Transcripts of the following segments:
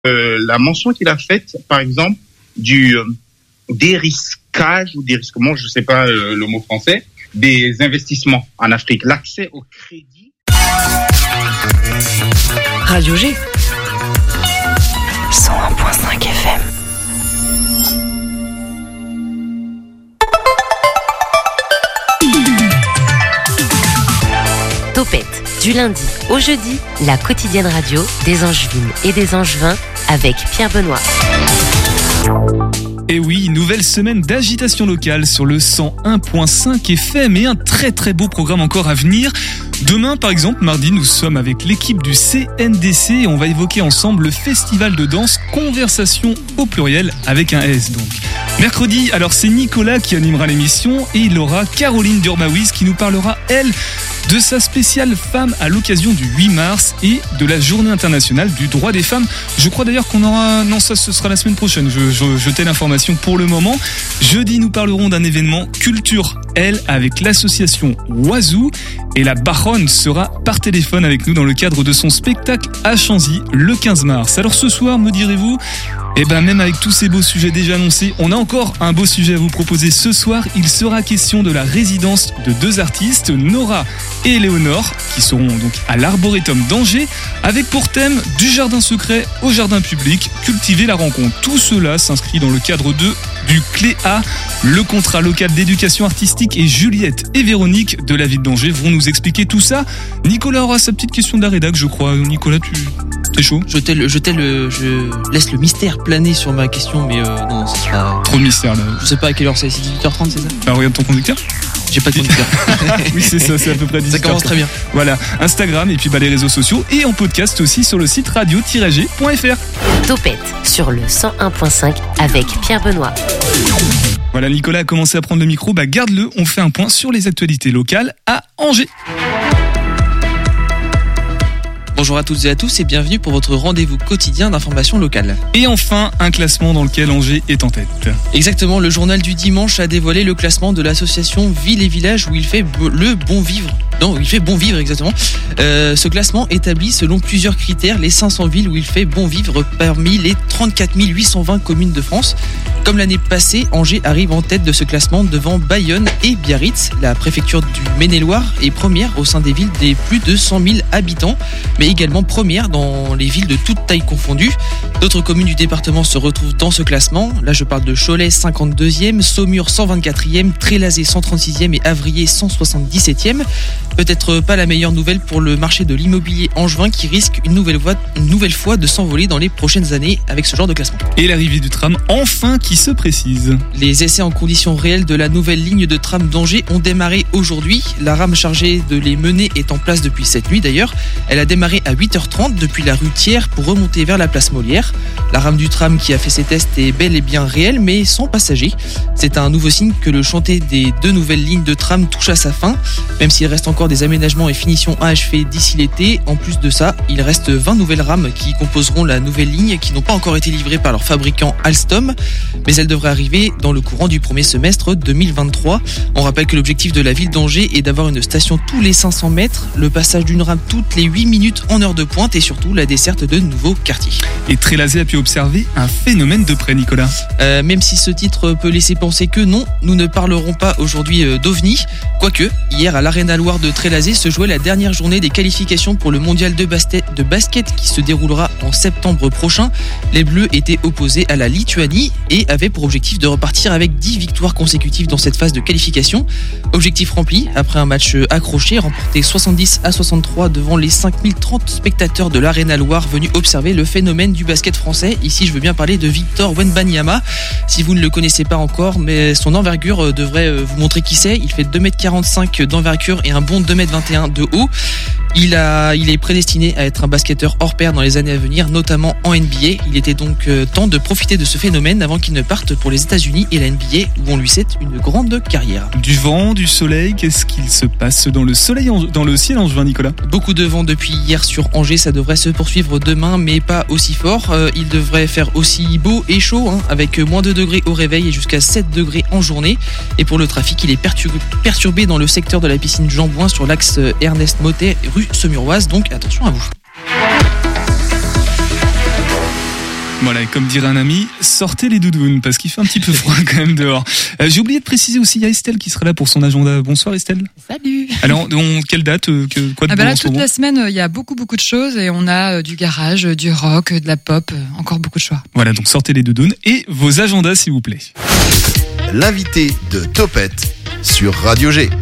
la mention qu'il a faite, par exemple, du dérisquage ou dérisquement, je sais pas le mot français, des investissements en Afrique, l'accès au crédit. Radio G 101.5 FM. Topette, du lundi au jeudi, la quotidienne radio des Angevines et des Angevins avec Pierre Benoît. Et oui, nouvelle semaine d'agitation locale sur le 101.5 FM et un très très beau programme encore à venir. Demain, par exemple, mardi, nous sommes avec l'équipe du CNDC et on va évoquer ensemble le festival de danse Conversation au pluriel avec un S donc. Mercredi, alors c'est Nicolas qui animera l'émission et il aura Caroline Durmawiz qui nous parlera, elle, de sa spéciale femme à l'occasion du 8 mars et de la journée internationale du droit des femmes. Je crois d'ailleurs qu'on aura... Non, ça ce sera la semaine prochaine, je t'ai l'information pour le moment. Jeudi, nous parlerons d'un événement Culture L avec l'association Oiseau et la Baronne sera par téléphone avec nous dans le cadre de son spectacle à Chanzy le 15 mars. Alors ce soir, me direz-vous, eh ben même avec tous ces beaux sujets déjà annoncés, on a encore un beau sujet à vous proposer ce soir. Il sera question de la résidence de deux artistes, Nora et Léonore, qui seront donc à l'Arboretum d'Angers, avec pour thème du jardin secret au jardin public, cultiver la rencontre. Tout cela s'inscrit dans le cadre du CLÉA, le contrat local d'éducation artistique, et Juliette et Véronique de la ville d'Angers vont nous expliquer tout ça. Nicolas aura sa petite question de la rédac, je crois. Nicolas, t'es chaud ? Je laisse le mystère planer sur ma question, mais non, ça sera... Trop de mystère là. Je sais pas à quelle heure c'est 18h30, c'est ça ? Bah regarde ton conducteur. J'ai pas de conducteur. Oui, c'est ça, c'est à peu près 18h. Ça commence très bien. Voilà, Instagram et puis les réseaux sociaux et en podcast aussi sur le site radio-g.fr. Topette sur le 101.5 avec Pierre Benoît. Voilà, Nicolas a commencé à prendre le micro, garde-le, on fait un point sur les actualités locales à Angers. Bonjour à toutes et à tous et bienvenue pour votre rendez-vous quotidien d'information locale. Et enfin, un classement dans lequel Angers est en tête. Exactement, le journal du dimanche a dévoilé le classement de l'association Villes et Villages où il fait le bon vivre. Non, il fait bon vivre exactement. Ce classement établit selon plusieurs critères les 500 villes où il fait bon vivre parmi les 34 820 communes de France. Comme l'année passée, Angers arrive en tête de ce classement devant Bayonne et Biarritz. La préfecture du Maine-et-Loire est première au sein des villes des plus de 100 000 habitants, mais également première dans les villes de toutes tailles confondues. D'autres communes du département se retrouvent dans ce classement. Là, je parle de Cholet 52e, Saumur 124e, Trélazé 136e et Avrier 177e. Peut-être pas la meilleure nouvelle pour le marché de l'immobilier angevin qui risque une nouvelle fois de s'envoler dans les prochaines années avec ce genre de classement. Et l'arrivée du tram, enfin, qui se précise. Les essais en conditions réelles de la nouvelle ligne de tram d'Angers ont démarré aujourd'hui. La rame chargée de les mener est en place depuis cette nuit d'ailleurs. Elle a démarré à 8h30 depuis la rue Thiers pour remonter vers la place Molière. La rame du tram qui a fait ses tests est bel et bien réelle mais sans passagers. C'est un nouveau signe que le chantier des deux nouvelles lignes de tram touche à sa fin. Même s'il reste encore des aménagements et finitions à achever d'ici l'été, en plus de ça, il reste 20 nouvelles rames qui composeront la nouvelle ligne qui n'ont pas encore été livrées par leur fabricant Alstom, mais elles devraient arriver dans le courant du premier semestre 2023. On rappelle que l'objectif de la ville d'Angers est d'avoir une station tous les 500 mètres, le passage d'une rame toutes les 8 minutes en heure de pointe et surtout la desserte de nouveaux quartiers. Et Trélazé a pu observer un phénomène de près, Nicolas. Même si ce titre peut laisser penser que non, nous ne parlerons pas aujourd'hui d'OVNI. Quoique, hier à l'Arena Loire de Trélazé se jouait la dernière journée des qualifications pour le mondial de basket qui se déroulera en septembre prochain. Les Bleus étaient opposés à la Lituanie et avaient pour objectif de repartir avec 10 victoires consécutives dans cette phase de qualification. Objectif rempli après un match accroché, remporté 70-63 devant les 5030 spectateurs de l'Arena Loire venus observer le phénomène du basket français. Ici, je veux bien parler de Victor Wembanyama. Si vous ne le connaissez pas encore, mais son envergure devrait vous montrer qui c'est. Il fait 2m45 d'envergure et un bon 2m21 de haut. Il est prédestiné à être un basketteur hors pair dans les années à venir, notamment en NBA. Il était donc temps de profiter de ce phénomène avant qu'il ne parte pour les États-Unis et la NBA, où on lui souhaite une grande carrière. Du vent, du soleil, qu'est-ce qu'il se passe dans le ciel angevin, Nicolas ? Beaucoup de vent depuis hier sur Angers, ça devrait se poursuivre demain, mais pas aussi fort. Il devrait faire aussi beau et chaud, avec moins 2 degrés au réveil et jusqu'à 7 degrés en journée. Et pour le trafic, il est perturbé dans le secteur de la piscine Jean Bouin sur l'axe Ernest Motet, rue Saumuroise, donc attention à vous. Voilà, et comme dirait un ami, sortez les doudounes, parce qu'il fait un petit peu froid quand même dehors. J'ai oublié de préciser aussi, il y a Estelle qui sera là pour son agenda. Bonsoir Estelle. Salut. Alors, quelle date, quoi de beau là, en ce toute moment? la semaine, il y a beaucoup de choses et on a du garage, du rock, de la pop, encore beaucoup de choix. Voilà, donc sortez les doudounes et vos agendas s'il vous plaît. L'invité de Topette sur Radio G.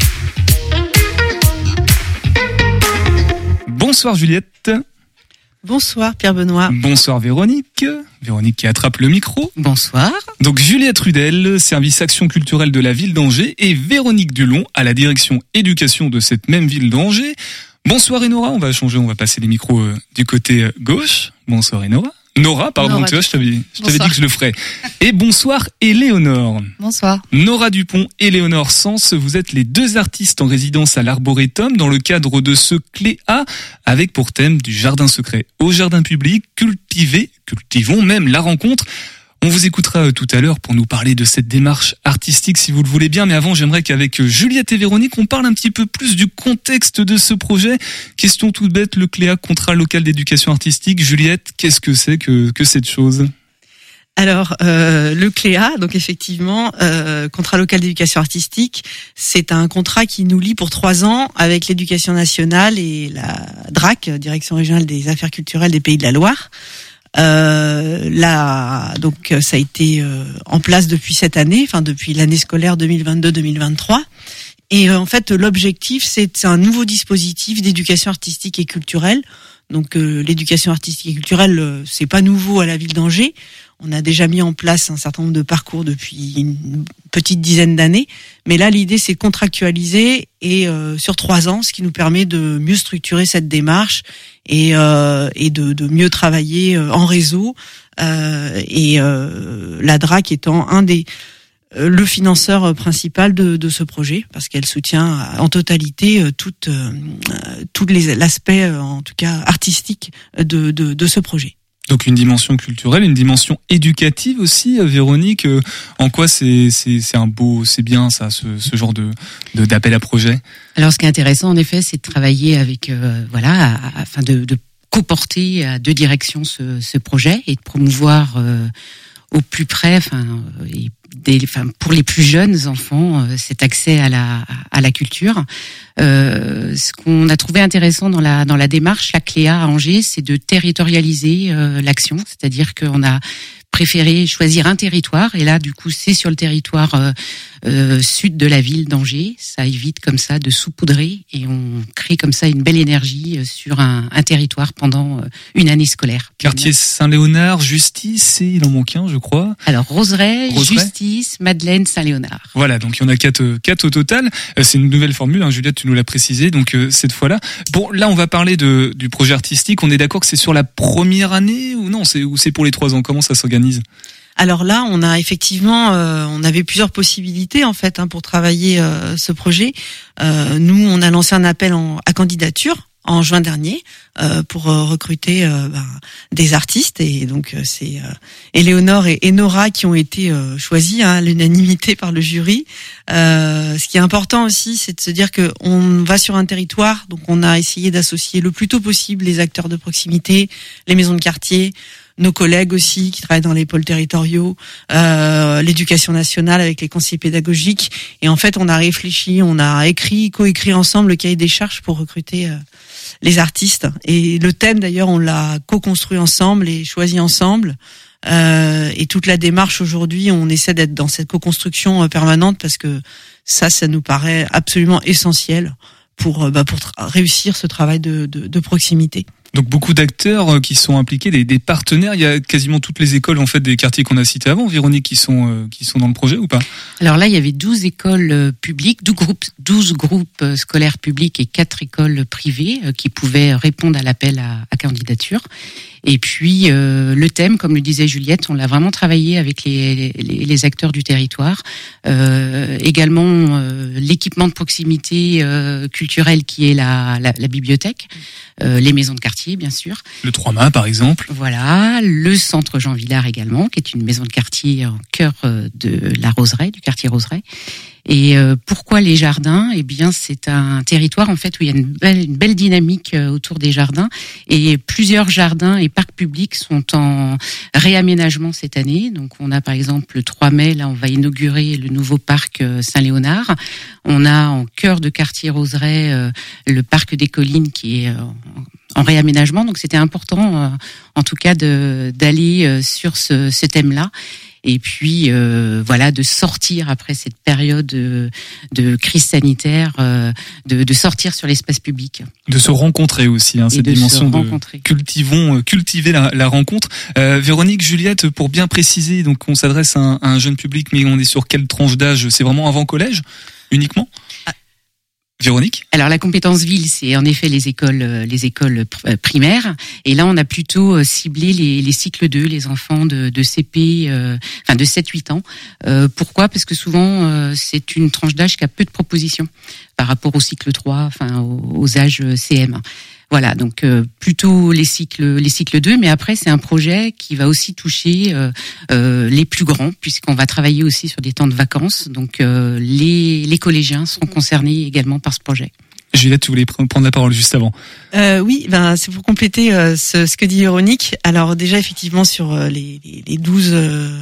Bonsoir Juliette. Bonsoir Pierre-Benoît. Bonsoir Véronique. Véronique qui attrape le micro. Bonsoir. Donc Juliette Rudel, service action culturelle de la ville d'Angers, et Véronique Dulon à la direction éducation de cette même ville d'Angers. Bonsoir Enora, on va changer, on va passer les micros du côté gauche. Bonsoir Enora. Nora, pardon, Nora. tu vois, je t'avais dit que je le ferais. Et bonsoir Éléonore. Bonsoir. Nora Dupont et Éléonore Sens, vous êtes les deux artistes en résidence à l'Arboretum dans le cadre de ce Clé A, avec pour thème du jardin secret au jardin public, cultivons même la rencontre. On vous écoutera tout à l'heure pour nous parler de cette démarche artistique si vous le voulez bien, mais avant j'aimerais qu'avec Juliette et Véronique on parle un petit peu plus du contexte de ce projet. Question toute bête, le CLEA, contrat local d'éducation artistique. Juliette, qu'est-ce que c'est que cette chose ? Alors, le CLEA, donc effectivement, contrat local d'éducation artistique, c'est un contrat qui nous lie pour 3 ans avec l'éducation nationale et la DRAC, Direction régionale des affaires culturelles des Pays de la Loire. Donc ça a été en place depuis cette année, enfin depuis l'année scolaire 2022-2023. Et en fait, l'objectif, c'est un nouveau dispositif d'éducation artistique et culturelle. Donc l'éducation artistique et culturelle, c'est pas nouveau à la ville d'Angers. On a déjà mis en place un certain nombre de parcours depuis une petite dizaine d'années. Mais là, l'idée, c'est de contractualiser et sur 3 ans, ce qui nous permet de mieux structurer cette démarche et de mieux travailler en réseau. La DRAC étant le financeur principal de ce projet, parce qu'elle soutient en totalité tous l'aspect, en tout cas artistique, de ce projet. Donc une dimension culturelle, une dimension éducative aussi, Véronique. En quoi c'est bien ça, ce genre d'appel à projet? Alors ce qui est intéressant en effet, c'est de travailler avec afin de coporter à 2 directions ce projet et de promouvoir au plus près, pour les plus jeunes enfants, cet accès à la culture. Ce qu'on a trouvé intéressant dans la démarche, la CLEA à Angers, c'est de territorialiser l'action, c'est-à-dire qu'on a préféré choisir un territoire, et là du coup c'est sur le territoire sud de la ville d'Angers. Ça évite comme ça de saupoudrer et on crée comme ça une belle énergie sur un territoire pendant une année scolaire. Quartier Saint-Léonard, Justice, et il en manque un je crois. Alors Roseraie, Justice, Madeleine, Saint-Léonard. Voilà, donc il y en a 4 au total. C'est une nouvelle formule, hein, Juliette, tu nous l'as précisé, donc cette fois-là. Bon, là on va parler du projet artistique. On est d'accord que c'est sur la première année ou non, c'est pour les 3 ans? Comment ça s'organise? Alors là, on a effectivement, on avait plusieurs possibilités en fait pour travailler ce projet. Nous, on a lancé un appel à candidature en juin dernier pour recruter des artistes, et donc c'est Éléonore et Nora qui ont été choisis à l'unanimité par le jury. Ce qui est important aussi, c'est de se dire que on va sur un territoire, donc on a essayé d'associer le plus tôt possible les acteurs de proximité, les maisons de quartier, nos collègues aussi qui travaillent dans les pôles territoriaux, l'éducation nationale avec les conseillers pédagogiques. Et en fait, on a réfléchi, on a coécrit ensemble le cahier des charges pour recruter les artistes. Et le thème, d'ailleurs, on l'a co-construit ensemble et choisi ensemble. Et toute la démarche aujourd'hui, on essaie d'être dans cette co-construction permanente parce que ça nous paraît absolument essentiel pour réussir ce travail de proximité. Donc beaucoup d'acteurs qui sont impliqués, des partenaires. Il y a quasiment toutes les écoles en fait des quartiers qu'on a cités avant, Véronique, qui sont dans le projet ou pas? Alors là, il y avait 12 écoles publiques, 12 groupes scolaires publics et 4 écoles privées qui pouvaient répondre à l'appel à candidature. Et puis le thème, comme le disait Juliette, on l'a vraiment travaillé avec les acteurs du territoire. Également l'équipement de proximité culturelle qui est la bibliothèque, les maisons de quartier bien sûr. Le 3 Mâts par exemple. Voilà, le centre Jean Villard également, qui est une maison de quartier en cœur de la Roseraie, du quartier Roseraie. Et pourquoi les jardins ? Eh bien, c'est un territoire en fait où il y a une belle dynamique autour des jardins, et plusieurs jardins et parcs publics sont en réaménagement cette année. Donc, on a par exemple le 3 mai, là, on va inaugurer le nouveau parc Saint-Léonard. On a en cœur de quartier Roseraie le parc des Collines qui est en réaménagement. Donc, c'était important, en tout cas, d'aller sur ce thème-là. Et puis voilà, de sortir après cette période de crise sanitaire, de sortir sur l'espace public, de se rencontrer aussi, cette dimension de cultiver la rencontre. Véronique, Juliette, pour bien préciser, donc on s'adresse à un jeune public, mais on est sur quelle tranche d'âge ? C'est vraiment avant collège uniquement ? Véronique ? Alors, la compétence ville, c'est en effet les écoles primaires. Et là, on a plutôt ciblé les cycles 2, les enfants de CP, de 7-8 ans. Pourquoi ? Parce que souvent, c'est une tranche d'âge qui a peu de propositions par rapport au cycle 3, aux âges CM1. Voilà, donc plutôt les cycles 2, mais après c'est un projet qui va aussi toucher les plus grands, puisqu'on va travailler aussi sur des temps de vacances. Donc les collégiens seront concernés également par ce projet. Juliette, tu voulais prendre la parole juste avant. Oui, c'est pour compléter ce que dit Véronique. Alors déjà effectivement sur les 12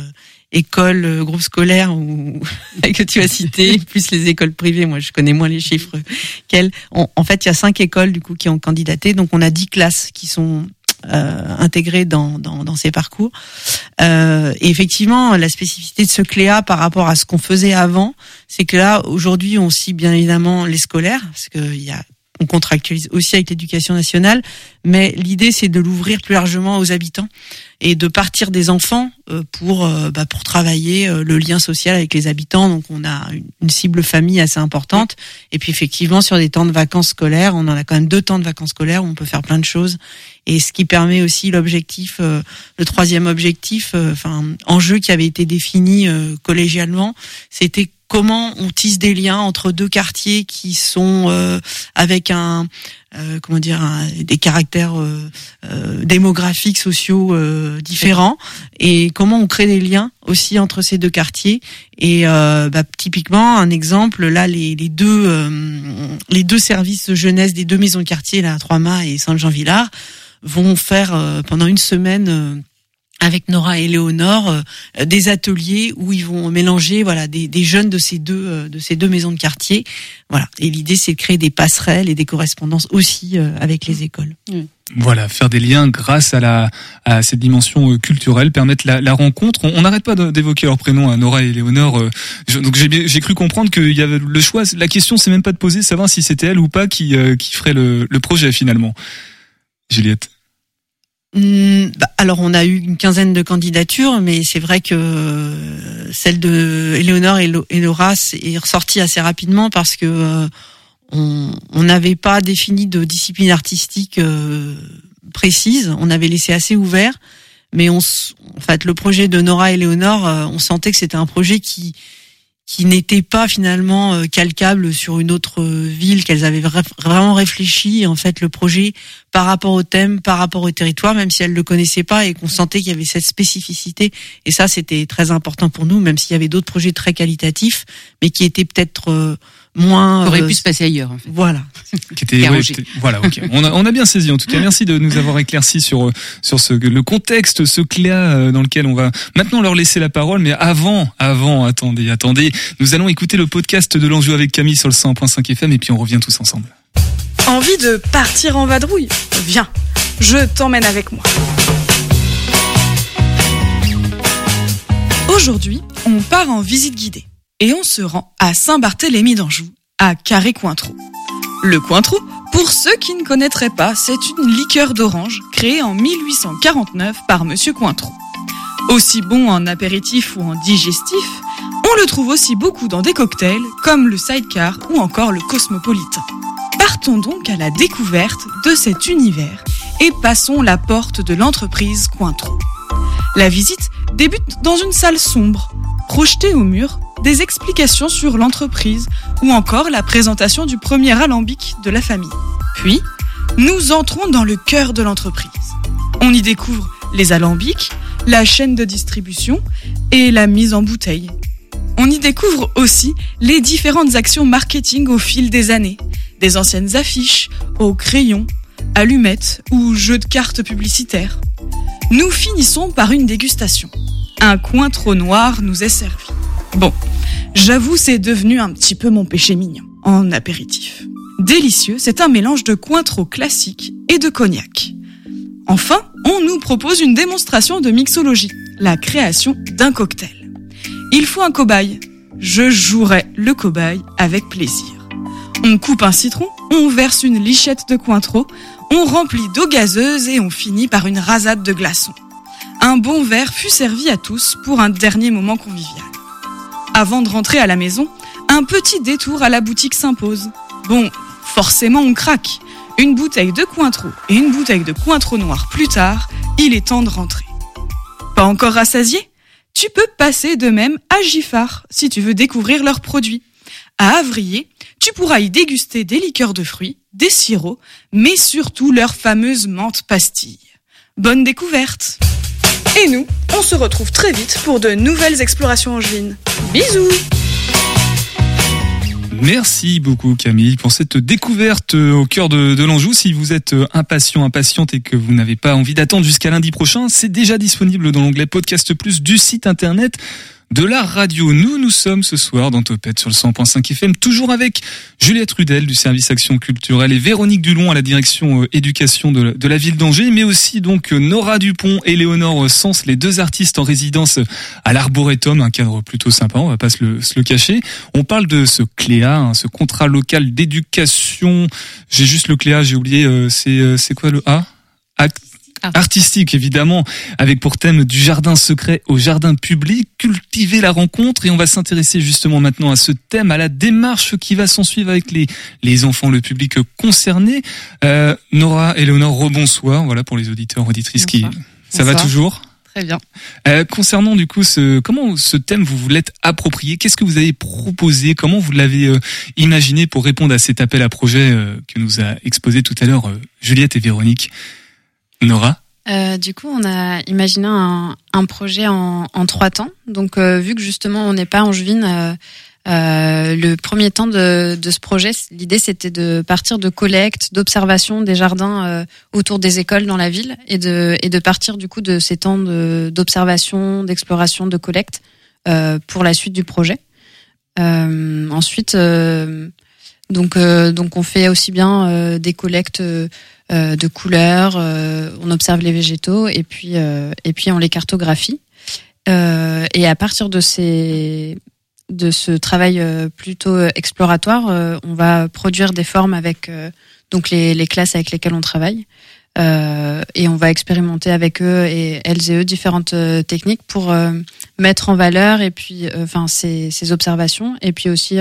écoles, groupes scolaires que tu as cité, plus les écoles privées, moi je connais moins les chiffres qu'elles. En fait, il y a 5 écoles du coup qui ont candidaté, donc on a 10 classes qui sont intégrées dans ces parcours. Et effectivement, la spécificité de ce CLEA par rapport à ce qu'on faisait avant, c'est que là aujourd'hui on cible bien évidemment les scolaires, parce que on contractualise aussi avec l'éducation nationale, mais l'idée c'est de l'ouvrir plus largement aux habitants et de partir des enfants pour travailler le lien social avec les habitants. Donc on a une cible famille assez importante, et puis effectivement sur des temps de vacances scolaires, on en a quand même 2 temps de vacances scolaires où on peut faire plein de choses, et ce qui permet aussi l'objectif, le 3e objectif, enjeu qui avait été défini collégialement, c'était comment on tisse des liens entre 2 quartiers qui sont avec des caractères démographiques, sociaux différents, et comment on crée des liens aussi entre ces 2 quartiers. Et typiquement un exemple, là les deux services de jeunesse des 2 maisons de quartier, là à Trois-Mâts et Saint-Jean-Villard, vont faire pendant une semaine avec Nora et Léonore des ateliers où ils vont mélanger des jeunes de ces deux maisons de quartier. Voilà, et l'idée c'est de créer des passerelles et des correspondances aussi avec les écoles. Voilà, faire des liens grâce à cette dimension culturelle, permettre la rencontre. On n'arrête pas d'évoquer leurs prénoms, Nora et Léonore. Donc j'ai cru comprendre qu'il y avait le choix. La question c'est même pas de poser, savoir si c'était elle ou pas qui ferait le projet finalement. Juliette. Alors on a eu une 15aine de candidatures, mais c'est vrai que celle de Éléonore et Laura est ressortie assez rapidement parce que on n'avait pas défini de discipline artistique précise. On avait laissé assez ouvert, mais le projet de Nora et Léonore, on sentait que c'était un projet qui n'était pas finalement calcable sur une autre ville, qu'elles avaient vraiment réfléchi en fait le projet par rapport au thème, par rapport au territoire, même si elles le connaissaient pas, et qu'on sentait qu'il y avait cette spécificité. Et ça, c'était très important pour nous, même s'il y avait d'autres projets très qualitatifs, mais qui étaient peut-être moins. Aurait pu se passer ailleurs, en fait. Voilà. Voilà, ok. On a bien saisi. En tout cas, merci de nous avoir éclairci sur le contexte, ce CLEA dans lequel on va maintenant leur laisser la parole. Mais avant, attendez. Nous allons écouter le podcast de l'Enjeu avec Camille sur le 101.5 FM, et puis on revient tous ensemble. Envie de partir en vadrouille ? Viens, je t'emmène avec moi. Aujourd'hui, on part en visite guidée et on se rend à Saint-Barthélemy d'Anjou, à Carré-Cointreau. Le Cointreau, pour ceux qui ne connaîtraient pas, c'est une liqueur d'orange créée en 1849 par Monsieur Cointreau. Aussi bon en apéritif ou en digestif, on le trouve aussi beaucoup dans des cocktails comme le Sidecar ou encore le Cosmopolitain. Partons donc à la découverte de cet univers et passons la porte de l'entreprise Cointreau. La visite débute dans une salle sombre. Projetées au mur, des explications sur l'entreprise ou encore la présentation du premier alambic de la famille. Puis, nous entrons dans le cœur de l'entreprise. On y découvre les alambics, la chaîne de distribution et la mise en bouteille. On y découvre aussi les différentes actions marketing au fil des années. Des anciennes affiches, aux crayons, allumettes ou jeux de cartes publicitaires. Nous finissons par une dégustation. Un Cointreau noir nous est servi. Bon, j'avoue c'est devenu un petit peu mon péché mignon, en apéritif. Délicieux, c'est un mélange de Cointreau classique et de cognac. Enfin, on nous propose une démonstration de mixologie, la création d'un cocktail. Il faut un cobaye. Je jouerai le cobaye avec plaisir. On coupe un citron, on verse une lichette de Cointreau, on remplit d'eau gazeuse et on finit par une rasade de glaçons. Un bon verre fut servi à tous pour un dernier moment convivial. Avant de rentrer à la maison, un petit détour à la boutique s'impose. Bon, forcément on craque. Une bouteille de Cointreau et une bouteille de Cointreau noir plus tard, il est temps de rentrer. Pas encore rassasié ? Tu peux passer de même à Giffard si tu veux découvrir leurs produits. À Avrier, tu pourras y déguster des liqueurs de fruits, des sirops, mais surtout leur fameuse menthe pastille. Bonne découverte! Et nous, on se retrouve très vite pour de nouvelles explorations angevines. Bisous! Merci beaucoup Camille pour cette découverte au cœur de l'Anjou. Si vous êtes impatiente et que vous n'avez pas envie d'attendre jusqu'à lundi prochain, c'est déjà disponible dans l'onglet Podcast Plus du site internet de la radio. Nous sommes ce soir dans Topette sur le 100.5 FM, toujours avec Juliette Rudel du service Action Culturelle et Véronique Dulon à la direction éducation de la ville d'Angers, mais aussi donc Nora Dupont et Léonore Sens, les deux artistes en résidence à l'Arboretum, un cadre plutôt sympa, on va pas se le cacher. On parle de ce CLEA, ce contrat local d'éducation. J'ai juste le CLEA, j'ai oublié, c'est quoi le A? Artistique évidemment, avec pour thème du jardin secret au jardin public, cultiver la rencontre, et on va s'intéresser justement maintenant à ce thème, à la démarche qui va s'en suivre avec les enfants, le public concerné. Nora et Léonore, rebonsoir, voilà pour les auditeurs, auditrices qui... Ça va toujours ? Très bien. Concernant du coup comment ce thème vous l'êtes approprié, qu'est-ce que vous avez proposé, comment vous l'avez imaginé pour répondre à cet appel à projet que nous a exposé tout à l'heure Juliette et Véronique? Nora? Du coup, on a imaginé un projet en 3 temps. Donc, vu que justement on n'est pas angevine, le premier temps de ce projet, l'idée c'était de partir de collecte, d'observation des jardins autour des écoles dans la ville, et de partir du coup de ces temps d'observation, d'exploration, de collecte pour la suite du projet. Ensuite, donc on fait aussi bien des collectes de couleurs, on observe les végétaux et puis on les cartographie. Et à partir de ce travail plutôt exploratoire, on va produire des formes avec donc les classes avec lesquelles on travaille. Et on va expérimenter avec eux et elles et eux différentes techniques pour mettre en valeur et puis ces observations, et puis aussi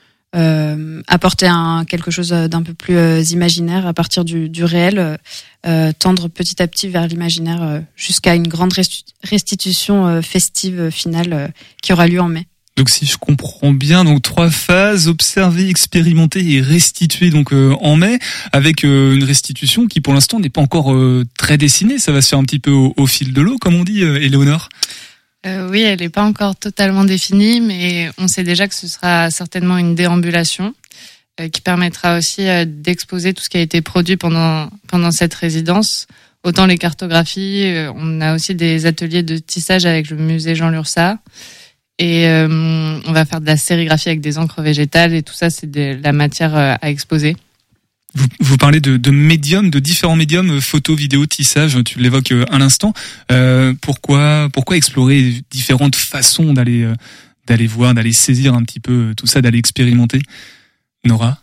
apporter quelque chose d'un peu plus imaginaire à partir du réel, tendre petit à petit vers l'imaginaire jusqu'à une grande restitution festive finale qui aura lieu en mai. Donc si je comprends bien, donc 3 phases: observer, expérimenter et restituer donc en mai, avec une restitution qui pour l'instant n'est pas encore très dessinée. Ça va se faire un petit peu au fil de l'eau, comme on dit, Éléonore. Oui, elle n'est pas encore totalement définie, mais on sait déjà que ce sera certainement une déambulation qui permettra aussi d'exposer tout ce qui a été produit pendant cette résidence. Autant les cartographies, on a aussi des ateliers de tissage avec le musée Jean Lursa. Et on va faire de la sérigraphie avec des encres végétales, et tout ça, c'est de la matière à exposer. Vous parlez de médiums, de différents médiums, photo, vidéo, tissage, tu l'évoques à l'instant. Pourquoi explorer différentes façons d'aller voir, d'aller saisir un petit peu tout ça, d'aller expérimenter? Nora?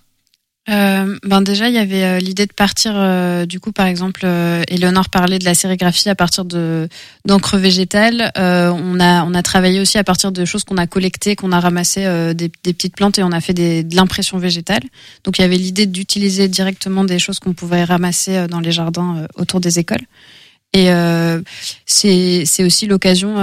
Déjà il y avait l'idée de partir du coup, par exemple, Éléonore parlait de la sérigraphie à partir d'encre végétale. On a travaillé aussi à partir de choses qu'on a collectées, qu'on a ramassées, des petites plantes, et on a fait de l'impression végétale. Donc il y avait l'idée d'utiliser directement des choses qu'on pouvait ramasser dans les jardins autour des écoles. Et c'est aussi l'occasion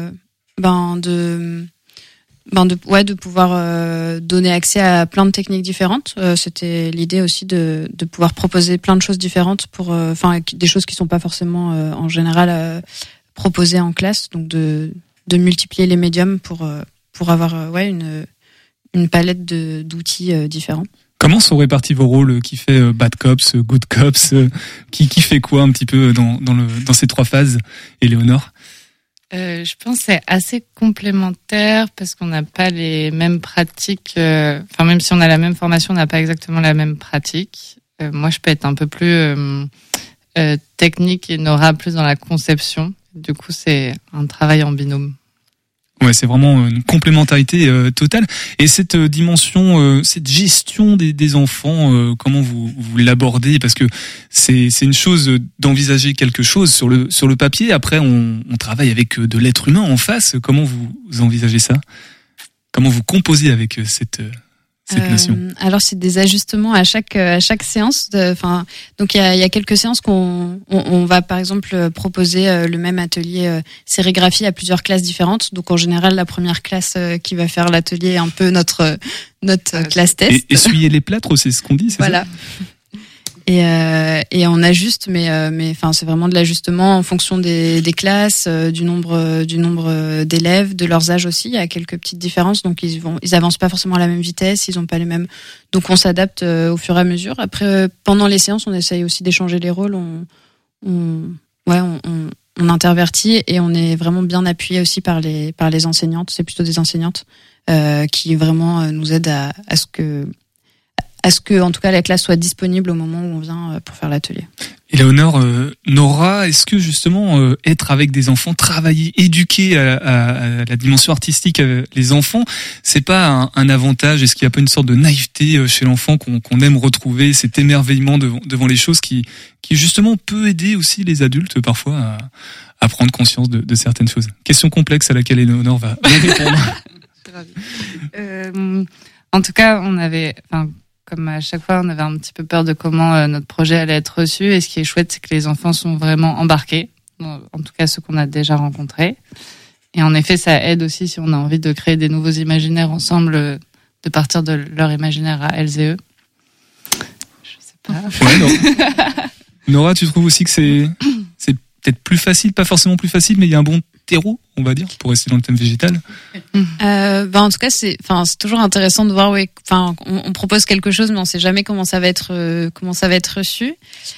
de pouvoir donner accès à plein de techniques différentes. C'était l'idée aussi de pouvoir proposer plein de choses différentes pour des choses qui sont pas forcément en général proposées en classe, donc de multiplier les médiums pour pour avoir une palette d'outils différents. Comment sont répartis vos rôles? Qui fait bad cops, good cops? Qui fait quoi un petit peu dans ces 3 phases? Éléonore? Je pense que c'est assez complémentaire parce qu'on n'a pas les mêmes pratiques. Enfin, même si on a la même formation, on n'a pas exactement la même pratique. Moi, je peux être un peu plus technique et Nora plus dans la conception. Du coup, c'est un travail en binôme. Ouais, c'est vraiment une complémentarité totale. Et cette dimension, cette gestion des enfants, comment vous l'abordez? Parce que c'est une chose d'envisager quelque chose sur le papier. Après, on travaille avec de l'être humain en face. Comment vous envisagez ça? Comment vous composez avec cette notion? Alors c'est des ajustements à chaque séance. Donc il y a quelques séances qu'on va par exemple proposer le même atelier sérigraphie à plusieurs classes différentes. Donc en général la première classe qui va faire l'atelier est un peu notre classe test. Et essuyer les plâtres, c'est ce qu'on dit, c'est voilà. Ça? Et on ajuste, mais enfin c'est vraiment de l'ajustement en fonction des classes, du nombre d'élèves, de leurs âges aussi. Il y a quelques petites différences, donc ils avancent pas forcément à la même vitesse, ils ont pas les mêmes. Donc on s'adapte au fur et à mesure. Après pendant les séances, on essaye aussi d'échanger les rôles. On intervertit et on est vraiment bien appuyé aussi par les enseignantes. C'est plutôt des enseignantes qui vraiment nous aident à ce que, en tout cas, la classe soit disponible au moment où on vient pour faire l'atelier. Éléonore, Nora, est-ce que justement être avec des enfants, travailler, éduquer à la dimension artistique les enfants, c'est pas un avantage? Est-ce qu'il y a pas une sorte de naïveté chez l'enfant qu'on aime retrouver, cet émerveillement devant les choses qui justement peut aider aussi les adultes parfois à prendre conscience de certaines choses? Question complexe à laquelle Éléonore va répondre. Je suis ravie. En tout cas, comme à chaque fois, on avait un petit peu peur de comment notre projet allait être reçu. Et ce qui est chouette, c'est que les enfants sont vraiment embarqués. En tout cas, ceux qu'on a déjà rencontrés. Et en effet, ça aide aussi si on a envie de créer des nouveaux imaginaires ensemble, de partir de leur imaginaire à elles et eux. Je sais pas. Ouais, Nora, tu trouves aussi que c'est peut-être plus facile, pas forcément plus facile, mais il y a un bon terreau, on va dire, pour rester dans le thème végétal? En tout cas, c'est toujours intéressant de voir, on propose quelque chose, mais on sait jamais comment ça va être reçu.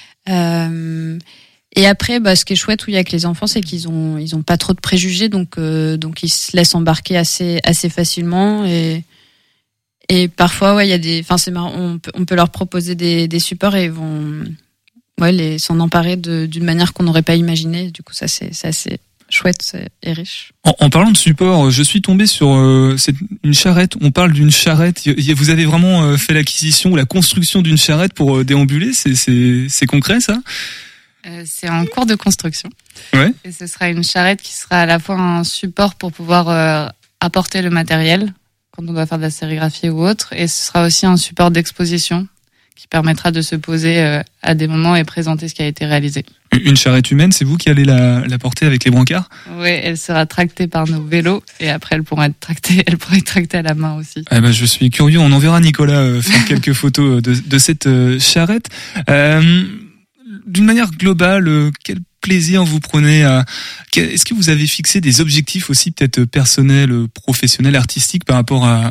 Et après, ce qui est chouette, oui, avec les enfants, c'est qu'ils ont pas trop de préjugés, donc ils se laissent embarquer assez facilement et parfois, il y a c'est marrant, on peut leur proposer des supports et ils vont, s'en emparer d'une manière qu'on n'aurait pas imaginée. Du coup, ça, c'est assez chouette et riche. En parlant de support, je suis tombé sur une charrette. On parle d'une charrette. Vous avez vraiment fait l'acquisition ou la construction d'une charrette pour déambuler? C'est concret, ça? C'est en cours de construction. Ouais. Et ce sera une charrette qui sera à la fois un support pour pouvoir apporter le matériel quand on doit faire de la sérigraphie ou autre, et ce sera aussi un support d'exposition qui permettra de se poser à des moments et présenter ce qui a été réalisé. Une charrette humaine, c'est vous qui allez la porter avec les brancards? Oui, elle sera tractée par nos vélos et après elle pourra être tractée à la main aussi. Je suis curieux, on enverra Nicolas faire quelques photos de cette charrette. D'une manière globale, quel plaisir vous prenez est-ce que vous avez fixé des objectifs aussi peut-être personnels, professionnels, artistiques par rapport à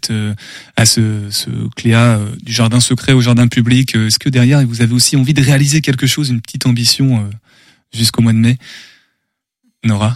ce Cléa du jardin secret au jardin public? Est-ce que derrière vous avez aussi envie de réaliser quelque chose, une petite ambition jusqu'au mois de mai? Nora?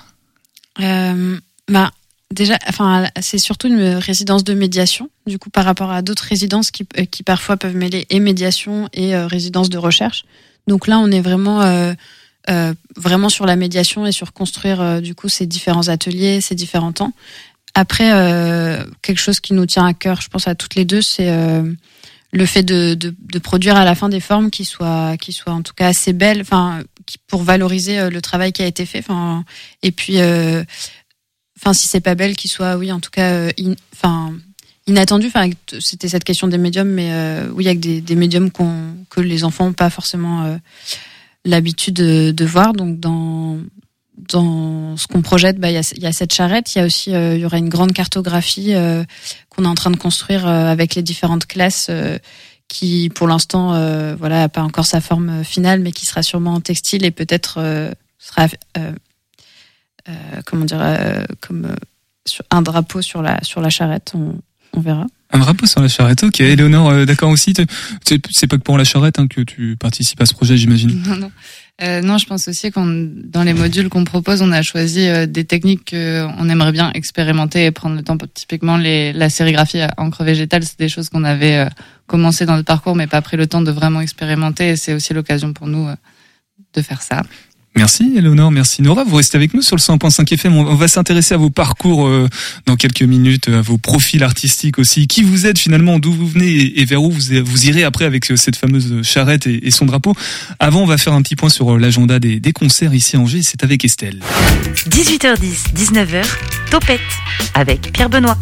Déjà, c'est surtout une résidence de médiation, du coup, par rapport à d'autres résidences qui parfois peuvent mêler et médiation et résidence de recherche. Donc là, on est vraiment sur la médiation et sur construire du coup ces différents ateliers, ces différents temps. Après, quelque chose qui nous tient à cœur, je pense à toutes les deux, c'est le fait de produire à la fin des formes qui soient en tout cas assez belles, pour valoriser le travail qui a été fait. Et puis, si c'est pas belle, qui soit, oui, en tout cas, inattendu. C'était cette question des médiums, mais oui, avec des médiums que les enfants n'ont pas forcément l'habitude de voir. Donc dans ce qu'on projette, il y a cette charrette. Il y a aussi, il y aura une grande cartographie qu'on est en train de construire avec les différentes classes, qui pour l'instant, a pas encore sa forme finale, mais qui sera sûrement en textile et peut-être sera un drapeau sur la charrette, on verra. Un drapeau sur la charrette, ok. Éléonore, d'accord aussi. C'est pas que pour la charrette que tu participes à ce projet, j'imagine. Non. Non, je pense aussi dans les modules qu'on propose, on a choisi des techniques qu'on aimerait bien expérimenter et prendre le temps. Typiquement, la sérigraphie à encre végétale, c'est des choses qu'on avait commencé dans notre parcours, mais pas pris le temps de vraiment expérimenter. Et c'est aussi l'occasion pour nous de faire ça. Merci Éléonore, merci Nora. Vous restez avec nous sur le 100.5 FM. On va s'intéresser à vos parcours dans quelques minutes, à vos profils artistiques aussi. Qui vous êtes finalement, d'où vous venez et vers où vous irez après avec cette fameuse charrette et son drapeau. Avant, on va faire un petit point sur l'agenda des concerts ici à Angers. C'est avec Estelle. 18h10, 19h, Topette avec Pierre Benoît.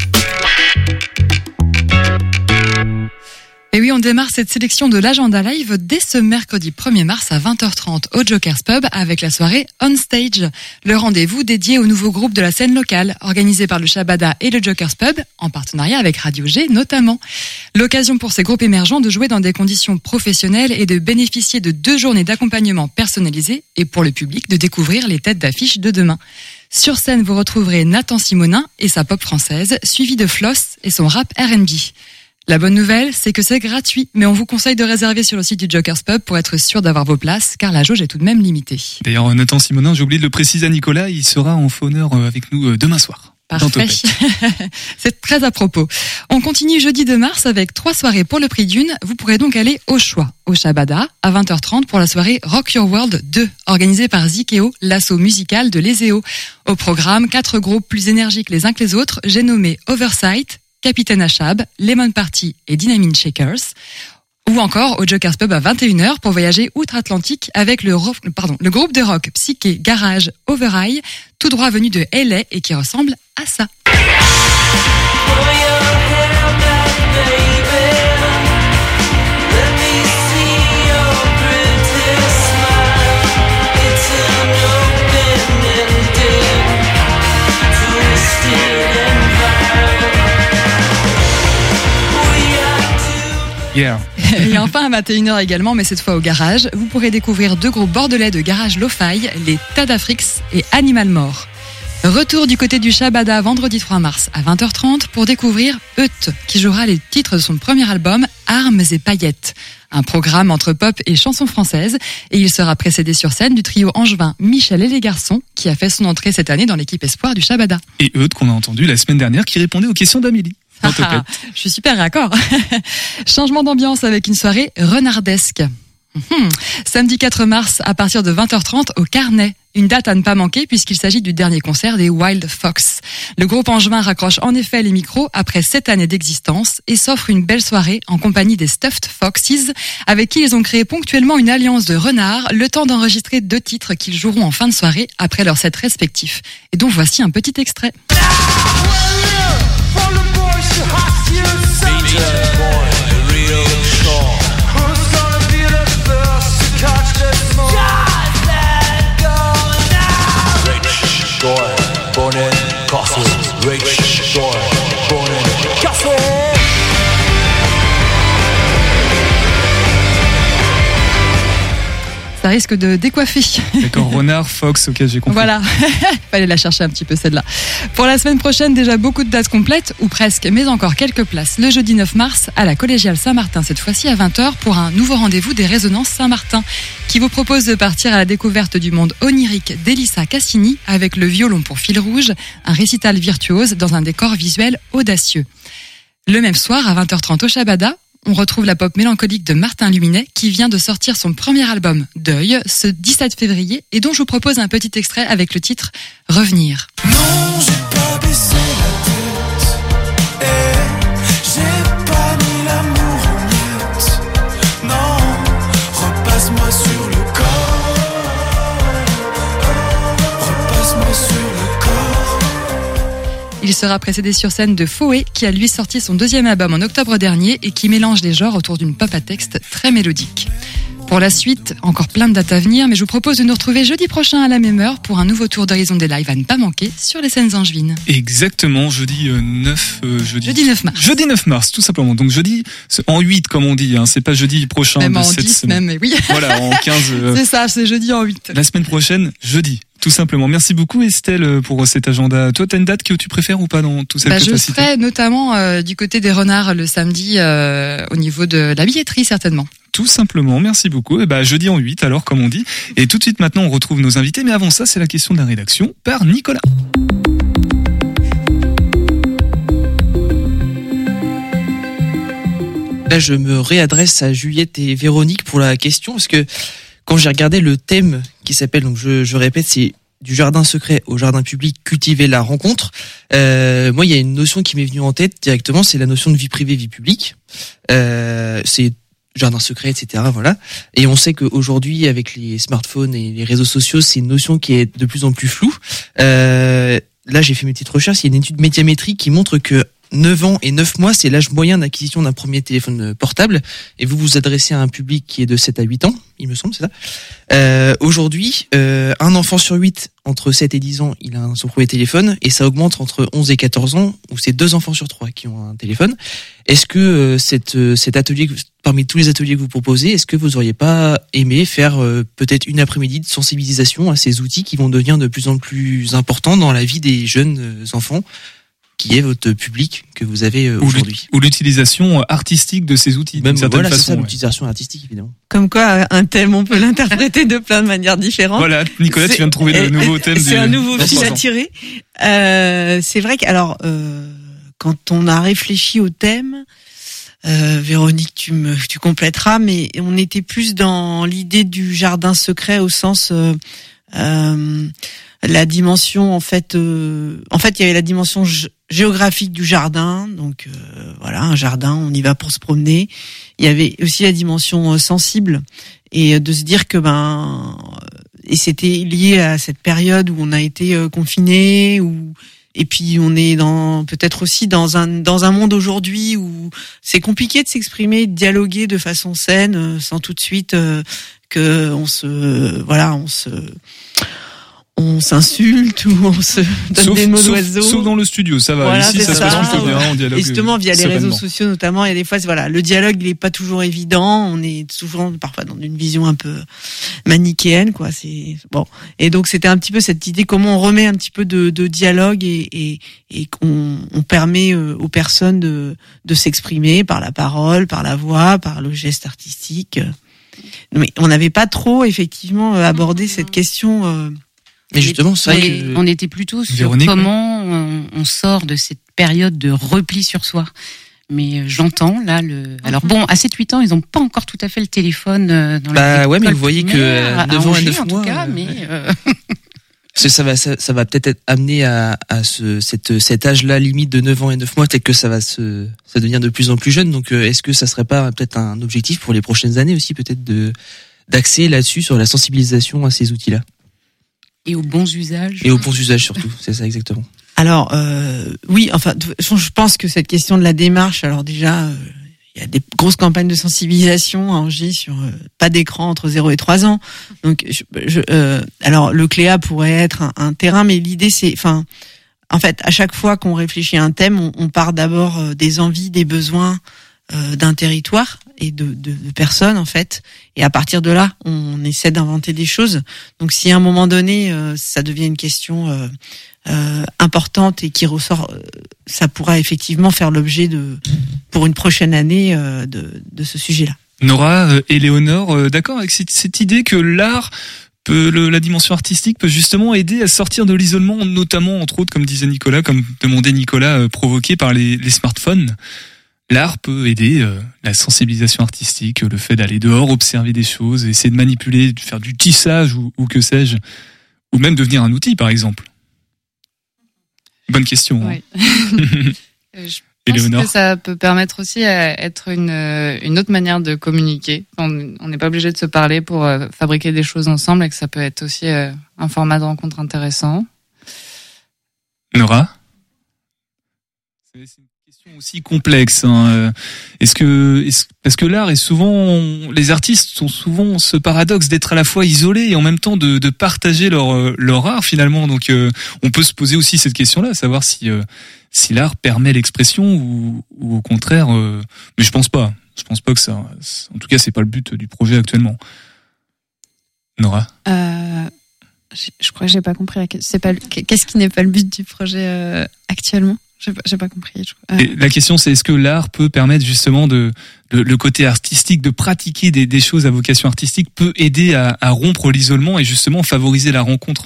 Et oui, on démarre cette sélection de l'agenda live dès ce mercredi 1er mars à 20h30 au Jokers Pub avec la soirée On Stage. Le rendez-vous dédié aux nouveaux groupes de la scène locale, organisé par le Shabada et le Jokers Pub, en partenariat avec Radio G notamment. L'occasion pour ces groupes émergents de jouer dans des conditions professionnelles et de bénéficier de 2 journées d'accompagnement personnalisé et pour le public de découvrir les têtes d'affiche de demain. Sur scène, vous retrouverez Nathan Simonin et sa pop française, suivi de Floss et son rap R&B. La bonne nouvelle, c'est que c'est gratuit, mais on vous conseille de réserver sur le site du Jokers Pub pour être sûr d'avoir vos places, car la jauge est tout de même limitée. D'ailleurs, Nathan Simonin, j'ai oublié de le préciser à Nicolas, il sera en fauneur avec nous demain soir. Parfait. C'est très à propos. On continue jeudi 2 mars avec 3 soirées pour le prix d'une. Vous pourrez donc aller au choix, au Shabada, à 20h30 pour la soirée Rock Your World 2, organisée par Zikeo, l'assaut musical de l'Ezeo. Au programme, 4 groupes plus énergiques les uns que les autres, j'ai nommé Oversight, Capitaine Achab, Lemon Party et Dynamine Shakers. Ou encore au Jokers Pub à 21h pour voyager outre-Atlantique avec le groupe de rock psyché garage Overeye, tout droit venu de LA et qui ressemble à ça. Yeah. Et enfin à 21h également, mais cette fois au garage, vous pourrez découvrir 2 groupes bordelais de garage lo-fi, les Tadafrix et Animal Mort. Retour du côté du Shabada vendredi 3 mars à 20h30 pour découvrir Eut, qui jouera les titres de son premier album Armes et paillettes. Un programme entre pop et chansons françaises, et il sera précédé sur scène du trio angevin Michel et les Garçons, qui a fait son entrée cette année dans l'équipe Espoir du Shabada. Et Eut qu'on a entendu la semaine dernière qui répondait aux questions d'Amélie. Je suis super raccord. Changement d'ambiance avec une soirée renardesque. Samedi 4 mars à partir de 20h30 au Carnet. Une date à ne pas manquer puisqu'il s'agit du dernier concert des Wild Fox. Le groupe angevin raccroche en effet les micros après 7 années d'existence et s'offre une belle soirée en compagnie des Stuffed Foxes avec qui ils ont créé ponctuellement une alliance de renards, le temps d'enregistrer 2 titres qu'ils joueront en fin de soirée après leurs sets respectifs. Et dont voici un petit extrait. Ça risque de décoiffer. D'accord, renard, fox, ok, j'ai compris. Voilà, fallait la chercher un petit peu celle-là. Pour la semaine prochaine, déjà beaucoup de dates complètes, ou presque, mais encore quelques places. Le jeudi 9 mars, à la Collégiale Saint-Martin, cette fois-ci à 20h, pour un nouveau rendez-vous des Résonances Saint-Martin, qui vous propose de partir à la découverte du monde onirique d'Elissa Cassini, avec le violon pour fil rouge, un récital virtuose dans un décor visuel audacieux. Le même soir, à 20h30 au Shabada, on retrouve la pop mélancolique de Martin Luminet qui vient de sortir son premier album Deuil ce 17 février et dont je vous propose un petit extrait avec le titre Revenir. Non, j'ai pas baissé la tête, j'ai pas mis l'amour en miettes. Non, repasse-moi sur le corps, repasse-moi sur le corps. Il sera précédé sur scène de Foé, qui a lui sorti son 2e album en octobre dernier et qui mélange les genres autour d'une pop à texte très mélodique. Pour la suite, encore plein de dates à venir, mais je vous propose de nous retrouver jeudi prochain à la même heure pour un nouveau tour d'horizon des lives à ne pas manquer sur les scènes angevines. Exactement, jeudi 9 mars. Jeudi 9 mars, tout simplement. Donc jeudi en 8 comme on dit, hein, c'est pas jeudi prochain même de en cette 10 semaine. même, mais oui. Voilà, en 15. C'est ça, c'est jeudi en 8. La semaine prochaine, jeudi Tout simplement. Merci beaucoup Estelle pour cet agenda. Toi, t'as une date que tu préfères ou pas dans tout cette Je capacité? serai notamment du côté des Renards le samedi au niveau de la billetterie certainement. Tout simplement, merci beaucoup. Et jeudi en 8 alors, comme on dit. Et tout de suite maintenant, on retrouve nos invités. Mais avant ça, c'est la question de la rédaction par Nicolas. Là, je me réadresse à Juliette et Véronique pour la question, parce que quand j'ai regardé le thème qui s'appelle, donc je répète, c'est du jardin secret au jardin public, cultiver la rencontre. Moi, il y a une notion qui m'est venue en tête directement, c'est la notion de vie privée, vie publique. C'est jardin secret, etc. Voilà. Et on sait qu'aujourd'hui, avec les smartphones et les réseaux sociaux, c'est une notion qui est de plus en plus floue. Là, j'ai fait mes petites recherches. Il y a une étude médiamétrique qui montre que 9 ans et 9 mois, c'est l'âge moyen d'acquisition d'un premier téléphone portable. Et vous vous adressez à un public qui est de 7 à 8 ans, il me semble, c'est ça. Aujourd'hui, un enfant sur 8, entre 7 et 10 ans, il a son premier téléphone. Et ça augmente entre 11 et 14 ans, où c'est 2 enfants sur 3 qui ont un téléphone. Est-ce que cet atelier, parmi tous les ateliers que vous proposez, est-ce que vous auriez pas aimé faire peut-être une après-midi de sensibilisation à ces outils qui vont devenir de plus en plus importants dans la vie des jeunes enfants, qui est votre public que vous avez aujourd'hui? Ou l'utilisation artistique de ces outils, d'une certaine façon. C'est ça, l'utilisation artistique, évidemment. Comme quoi, un thème, on peut l'interpréter de plein de manières différentes. Voilà, Nicolas, tu viens de trouver le nouveau thème. C'est un nouveau fil à tirer. C'est vrai que, alors, quand on a réfléchi au thème, Véronique, tu compléteras, mais on était plus dans l'idée du jardin secret au sens, la dimension, en fait, il y avait la dimension géographique du jardin, donc voilà, un jardin, on y va pour se promener. Il y avait aussi la dimension sensible, et de se dire que et c'était lié à cette période où on a été confiné, et puis on est peut-être aussi dans un monde aujourd'hui où c'est compliqué de s'exprimer, de dialoguer de façon saine, sans tout de suite on s'insulte ou on se donne des mots d'oiseau. Sauf dans le studio, ça va. Voilà, ici, ça se passe plutôt bien, on dialogue. Et justement, via les réseaux sociaux notamment, il y a des fois, le dialogue, il est pas toujours évident. On est toujours parfois dans une vision un peu manichéenne, quoi. C'est bon. Et donc, c'était un petit peu cette idée, comment on remet un petit peu de dialogue et qu'on permet aux personnes de s'exprimer par la parole, par la voix, par le geste artistique. Mais on n'avait pas trop, effectivement, abordé cette question. Mais justement, c'est vrai que... On était plutôt sur Véronique, comment on sort de cette période de repli sur soi. Mais j'entends là alors bon, à 7-8 ans, ils n'ont pas encore tout à fait le téléphone dans la ouais, mais vous voyez que 9 ans et 9 mois, en tout cas, mais ça va peut-être être amené à cet âge-là limite de 9 ans et 9 mois, peut-être que ça devient de plus en plus jeune. Donc est-ce que ça serait pas peut-être un objectif pour les prochaines années aussi, peut-être d'axer là-dessus, sur la sensibilisation à ces outils-là? Et aux bons usages. Et aux bons usages surtout, c'est ça exactement. Alors oui, enfin, je pense que cette question de la démarche, alors déjà, il y a des grosses campagnes de sensibilisation à Angers sur pas d'écran entre 0 et 3 ans. Donc, alors le CLEA pourrait être un terrain, mais l'idée c'est, en fait, à chaque fois qu'on réfléchit à un thème, on part d'abord des envies, des besoins d'un territoire et de personnes, en fait, et à partir de là on essaie d'inventer des choses. Donc si à un moment donné ça devient une question importante et qui ressort, ça pourra effectivement faire l'objet pour une prochaine année de ce sujet-là. Nora et Léonore, d'accord avec cette idée que l'art la dimension artistique peut justement aider à sortir de l'isolement, notamment, entre autres, comme disait Nicolas, comme demandait Nicolas, provoqué par les smartphones. L'art peut aider la sensibilisation artistique, le fait d'aller dehors, observer des choses, essayer de manipuler, de faire du tissage ou que sais-je, ou même devenir un outil, par exemple. Bonne question. Oui. Je pense que ça peut permettre aussi à être une autre manière de communiquer. On n'est pas obligé de se parler pour fabriquer des choses ensemble, et que ça peut être aussi un format de rencontre intéressant. Nora ? C'est une question aussi complexe. Hein. Parce que l'art est souvent, les artistes ont souvent ce paradoxe d'être à la fois isolés et en même temps de partager leur art finalement. Donc on peut se poser aussi cette question-là, savoir si l'art permet l'expression ou au contraire. Mais je pense pas. Je pense pas que ça. En tout cas, c'est pas le but du projet actuellement. Nora. Je crois que j'ai pas compris. Qu'est-ce qui n'est pas le but du projet actuellement? J'ai pas compris. Et la question, c'est est-ce que l'art peut permettre justement le côté artistique, de pratiquer des choses à vocation artistique, peut aider à rompre l'isolement et justement favoriser la rencontre?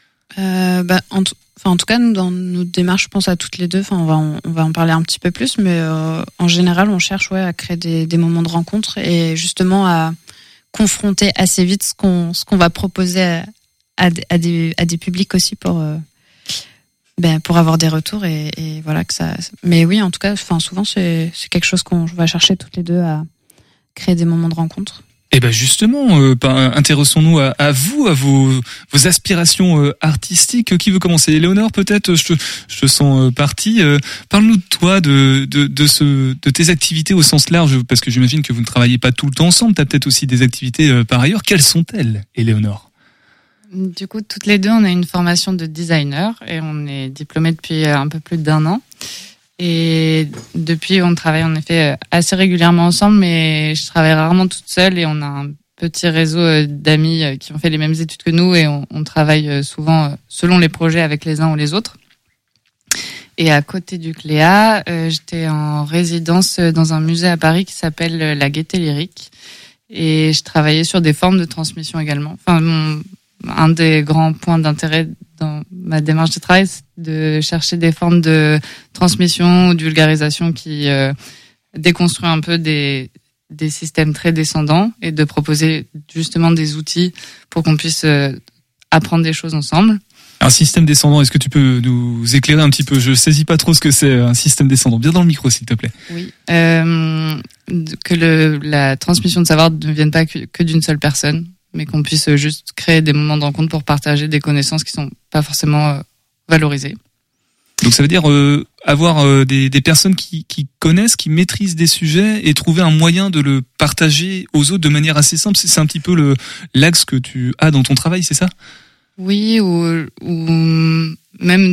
En tout cas, nous, dans nos démarches, je pense à toutes les deux. Enfin, on va en parler un petit peu plus, mais en général, on cherche à créer des moments de rencontre et justement à confronter assez vite ce qu'on va proposer à des publics aussi pour avoir des retours et voilà que ça. Mais oui, en tout cas, souvent c'est quelque chose qu'on va chercher toutes les deux à créer des moments de rencontre. Et justement, intéressons-nous à vous, à vos aspirations artistiques. Qui veut commencer? Éléonore, peut-être. Je te sens partie. Parle-nous de toi, de tes activités au sens large, parce que j'imagine que vous ne travaillez pas tout le temps ensemble. T'as peut-être aussi des activités par ailleurs. Quelles sont-elles, Éléonore? Du coup, toutes les deux, on a une formation de designer et on est diplômés depuis un peu plus d'1 an. Et depuis, on travaille en effet assez régulièrement ensemble, mais je travaille rarement toute seule et on a un petit réseau d'amis qui ont fait les mêmes études que nous et on travaille souvent selon les projets avec les uns ou les autres. Et à côté du Cléa, j'étais en résidence dans un musée à Paris qui s'appelle la Gaîté Lyrique et je travaillais sur des formes de transmission également. Un des grands points d'intérêt dans ma démarche de travail, c'est de chercher des formes de transmission ou de vulgarisation qui déconstruit un peu des systèmes très descendants et de proposer justement des outils pour qu'on puisse apprendre des choses ensemble. Un système descendant, est-ce que tu peux nous éclairer un petit peu? Je saisis pas trop ce que c'est un système descendant. Bien dans le micro, s'il te plaît. Oui. Que la transmission de savoir ne vienne pas que d'une seule personne, mais qu'on puisse juste créer des moments de rencontre pour partager des connaissances qui sont pas forcément valorisées. Donc ça veut dire avoir des personnes qui connaissent, qui maîtrisent des sujets et trouver un moyen de le partager aux autres de manière assez simple. C'est un petit peu l'axe que tu as dans ton travail, c'est ça? Oui, ou même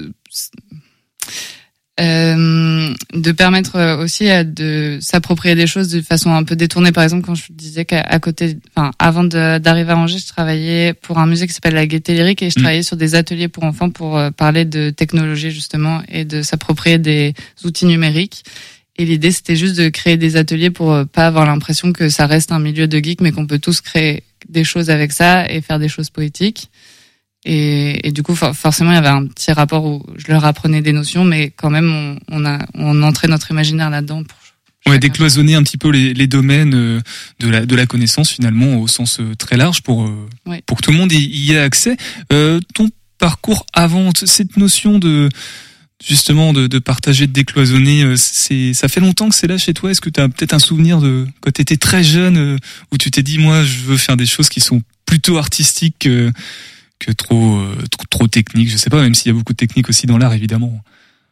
de permettre aussi de s'approprier des choses de façon un peu détournée. Par exemple, quand je disais qu'à côté, avant d'arriver à Angers, je travaillais pour un musée qui s'appelle la Gaîté Lyrique et je travaillais sur des ateliers pour enfants pour parler de technologie justement et de s'approprier des outils numériques. Et l'idée, c'était juste de créer des ateliers pour pas avoir l'impression que ça reste un milieu de geeks, mais qu'on peut tous créer des choses avec ça et faire des choses poétiques. Et du coup, forcément, il y avait un petit rapport où je leur apprenais des notions, mais quand même, on entrait notre imaginaire là-dedans. Décloisonner un petit peu les domaines de la connaissance, finalement, au sens très large, pour que tout le monde y ait accès. Ton parcours avant, cette notion justement de partager, de décloisonner, ça fait longtemps que c'est là chez toi? Est-ce que tu as peut-être un souvenir de quand tu étais très jeune, où tu t'es dit, moi, je veux faire des choses qui sont plutôt artistiques que trop technique, je sais pas, même s'il y a beaucoup de technique aussi dans l'art, évidemment.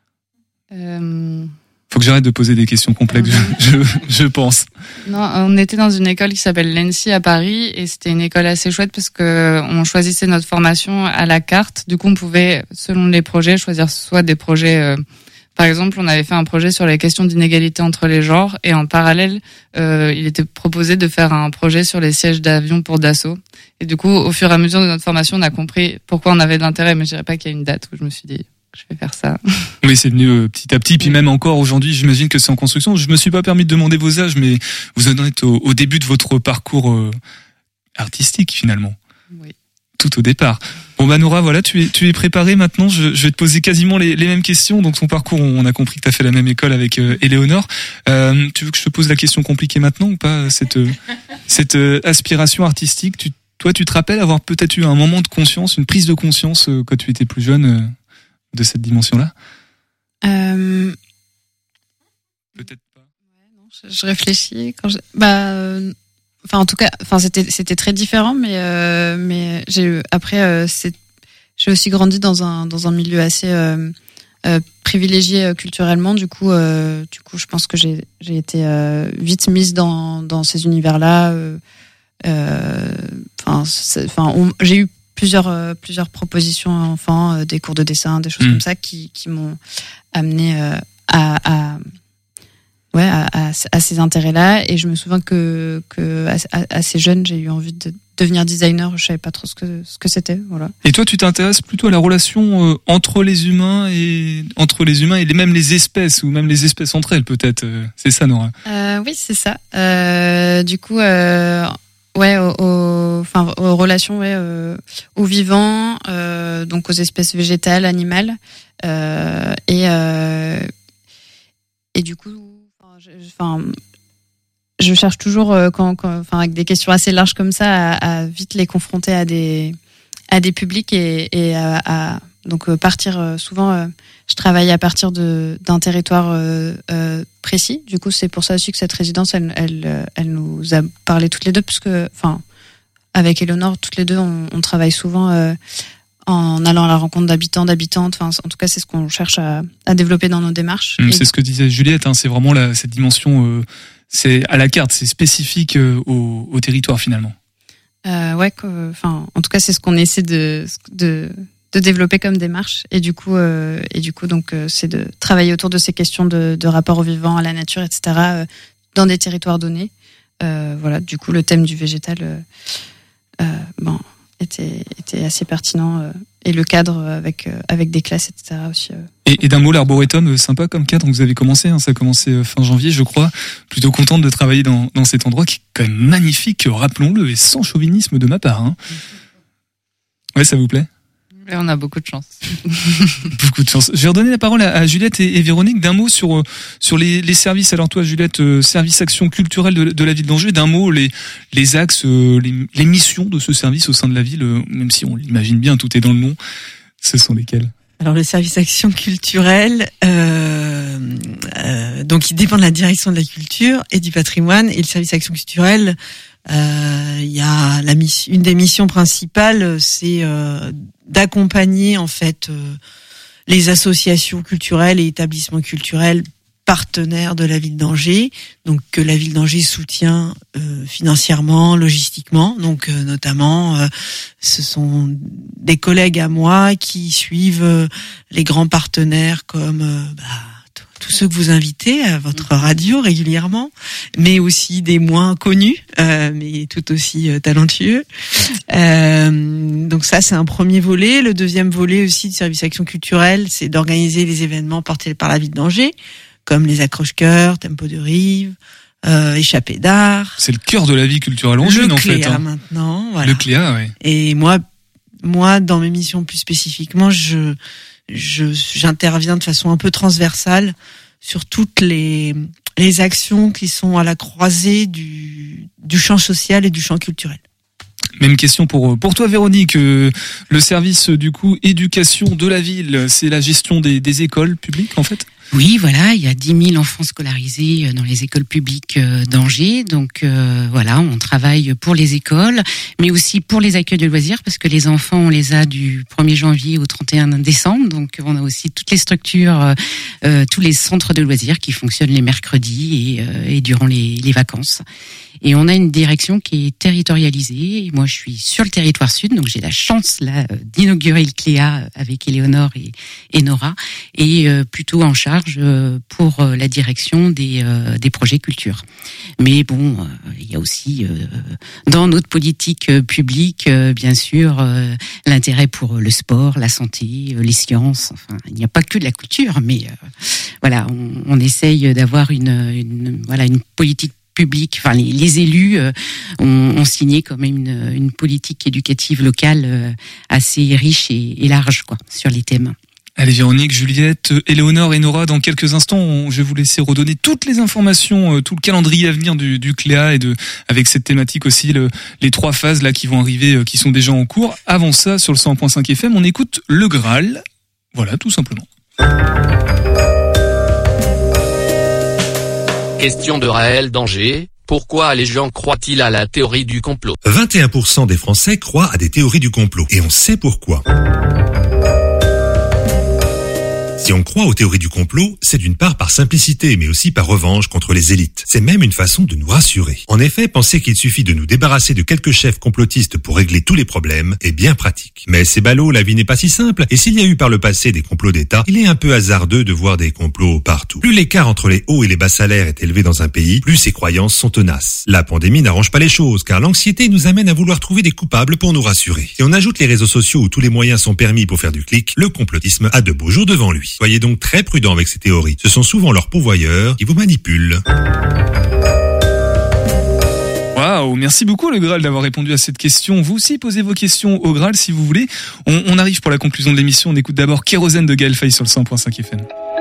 Faut que j'arrête de poser des questions complexes, je pense. Non, on était dans une école qui s'appelle l'ENSI à Paris et c'était une école assez chouette parce que on choisissait notre formation à la carte. Du coup, on pouvait, selon les projets, choisir soit des projets. Par exemple, on avait fait un projet sur les questions d'inégalité entre les genres et en parallèle, il était proposé de faire un projet sur les sièges d'avion pour Dassault. Et du coup, au fur et à mesure de notre formation, on a compris pourquoi on avait de l'intérêt, mais je dirais pas qu'il y a une date où je me suis dit, je vais faire ça. Oui, c'est venu petit à petit, puis même encore aujourd'hui, j'imagine que c'est en construction. Je me suis pas permis de demander vos âges, mais vous en êtes au début de votre parcours artistique, finalement. Oui. Tout au départ. Bon, Nora, voilà, tu es préparée maintenant. Je vais te poser quasiment les mêmes questions. Donc, ton parcours, on a compris que tu as fait la même école avec Éléonore. Tu veux que je te pose la question compliquée maintenant ou pas? Cette aspiration artistique, toi, tu te rappelles avoir peut-être eu un moment de conscience, une prise de conscience quand tu étais plus jeune de cette dimension-là? Peut-être pas. Ouais, non, je réfléchis quand en tout cas, c'était très différent, mais j'ai aussi grandi dans un milieu assez privilégié culturellement. Du coup, je pense que j'ai été vite mise dans ces univers-là. J'ai eu plusieurs propositions enfants, des cours de dessin, des choses comme ça qui m'ont amené à ces intérêts-là. Et je me souviens que assez jeune, j'ai eu envie devenir designer, je savais pas trop ce que c'était, voilà. Et toi, tu t'intéresses plutôt à la relation entre les humains et même les espèces, ou même les espèces entre elles, peut-être. C'est ça, Nora? Oui, c'est ça. Du coup, ouais, aux relations, ouais, aux vivants, donc aux espèces végétales, animales, et du coup, je cherche toujours avec des questions assez larges comme ça à vite les confronter à des publics et à donc partir souvent. Je travaille à partir d'un territoire précis. Du coup, c'est pour ça aussi que cette résidence, elle nous a parlé toutes les deux, parce que, avec Éléonore, toutes les deux, on travaille souvent en allant à la rencontre d'habitants, d'habitantes. En tout cas, c'est ce qu'on cherche à développer dans nos démarches. C'est ce que disait Juliette. C'est vraiment cette dimension. C'est à la carte, c'est spécifique au territoire finalement. Ouais. En tout cas, c'est ce qu'on essaie de développer comme démarche, et du coup donc c'est de travailler autour de ces questions de rapport au vivant, à la nature, etc. Dans des territoires donnés. Voilà, du coup le thème du végétal était assez pertinent, et le cadre avec des classes, etc. aussi. Et d'un mot, l'arboretum, sympa comme cadre. Vous avez commencé, ça a commencé fin janvier, je crois. Plutôt contente de travailler dans cet endroit qui est quand même magnifique, rappelons-le, et sans chauvinisme de ma part. Ouais, ça vous plaît? Et on a beaucoup de chance. Beaucoup de chance. Je vais redonner la parole à Juliette et Véronique. D'un mot sur les services. Alors toi, Juliette, service action culturelle de la ville d'Angers. D'un mot, les axes, les missions de ce service au sein de la ville, même si on l'imagine bien, tout est dans le nom. Ce sont lesquels? Alors le service action culturelle, donc il dépend de la direction de la culture et du patrimoine. Et le service action culturelle, il y a une des missions principales, c'est d'accompagner en fait les associations culturelles et établissements culturels partenaires de la ville d'Angers, donc que la ville d'Angers soutient financièrement, logistiquement. Donc notamment, ce sont des collègues à moi qui suivent les grands partenaires comme tous ceux que vous invitez à votre radio régulièrement, mais aussi des moins connus, mais tout aussi talentueux. Donc ça, c'est un premier volet. Le deuxième volet aussi du service action culturelle, c'est d'organiser les événements portés par la ville d'Angers, comme les accroche-cœurs, Tempo de Rive, Échappée d'art. C'est le cœur de la vie culturelle angevine, en fait. Le Cléa maintenant, voilà. Le Cléa, oui. Et moi, dans mes missions plus spécifiquement, j'interviens de façon un peu transversale sur toutes les actions qui sont à la croisée du champ social et du champ culturel. Même question pour toi, Véronique. Le service du coup éducation de la ville, c'est la gestion des écoles publiques en fait. Oui, voilà, il y a 10 000 enfants scolarisés dans les écoles publiques d'Angers. Donc voilà, on travaille pour les écoles, mais aussi pour les accueils de loisirs, parce que les enfants, on les a du 1er janvier au 31 décembre. Donc on a aussi toutes les structures, tous les centres de loisirs qui fonctionnent les mercredis et durant les vacances. Et on a une direction qui est territorialisée. Et moi, je suis sur le territoire sud, donc j'ai la chance là d'inaugurer le Cléa avec Éléonore et Nora, et plutôt en charge pour la direction des projets culture. Mais bon, il y a aussi dans notre politique publique, bien sûr, l'intérêt pour le sport, la santé, les sciences. Enfin, il n'y a pas que de la culture, mais voilà, on essaye d'avoir une politique public, enfin les élus ont signé quand même une politique éducative locale assez riche et large sur les thèmes. Allez Véronique, Juliette, Éléonore et Nora, dans quelques instants, je vais vous laisser redonner toutes les informations, tout le calendrier à venir du Cléa et avec cette thématique aussi, les 3 phases là qui vont arriver, qui sont déjà en cours. Avant ça, sur le 100.5 FM, on écoute le Graal. Voilà, tout simplement. Question de Raël d'Angers. Pourquoi les gens croient-ils à la théorie du complot? 21% des Français croient à des théories du complot. Et on sait pourquoi. Si on croit aux théories du complot, c'est d'une part par simplicité, mais aussi par revanche contre les élites. C'est même une façon de nous rassurer. En effet, penser qu'il suffit de nous débarrasser de quelques chefs complotistes pour régler tous les problèmes est bien pratique. Mais c'est ballot, la vie n'est pas si simple, et s'il y a eu par le passé des complots d'État, il est un peu hasardeux de voir des complots partout. Plus l'écart entre les hauts et les bas salaires est élevé dans un pays, plus ses croyances sont tenaces. La pandémie n'arrange pas les choses, car l'anxiété nous amène à vouloir trouver des coupables pour nous rassurer. Si on ajoute les réseaux sociaux où tous les moyens sont permis pour faire du clic, le complotisme a de beaux jours devant lui. Soyez donc très prudents avec ces théories. Ce sont souvent leurs pourvoyeurs qui vous manipulent. Waouh, merci beaucoup le Graal d'avoir répondu à cette question. Vous aussi posez vos questions au Graal si vous voulez. On arrive pour la conclusion de l'émission. On écoute d'abord Kérosène de Gaël Faye sur le 100.5 FM.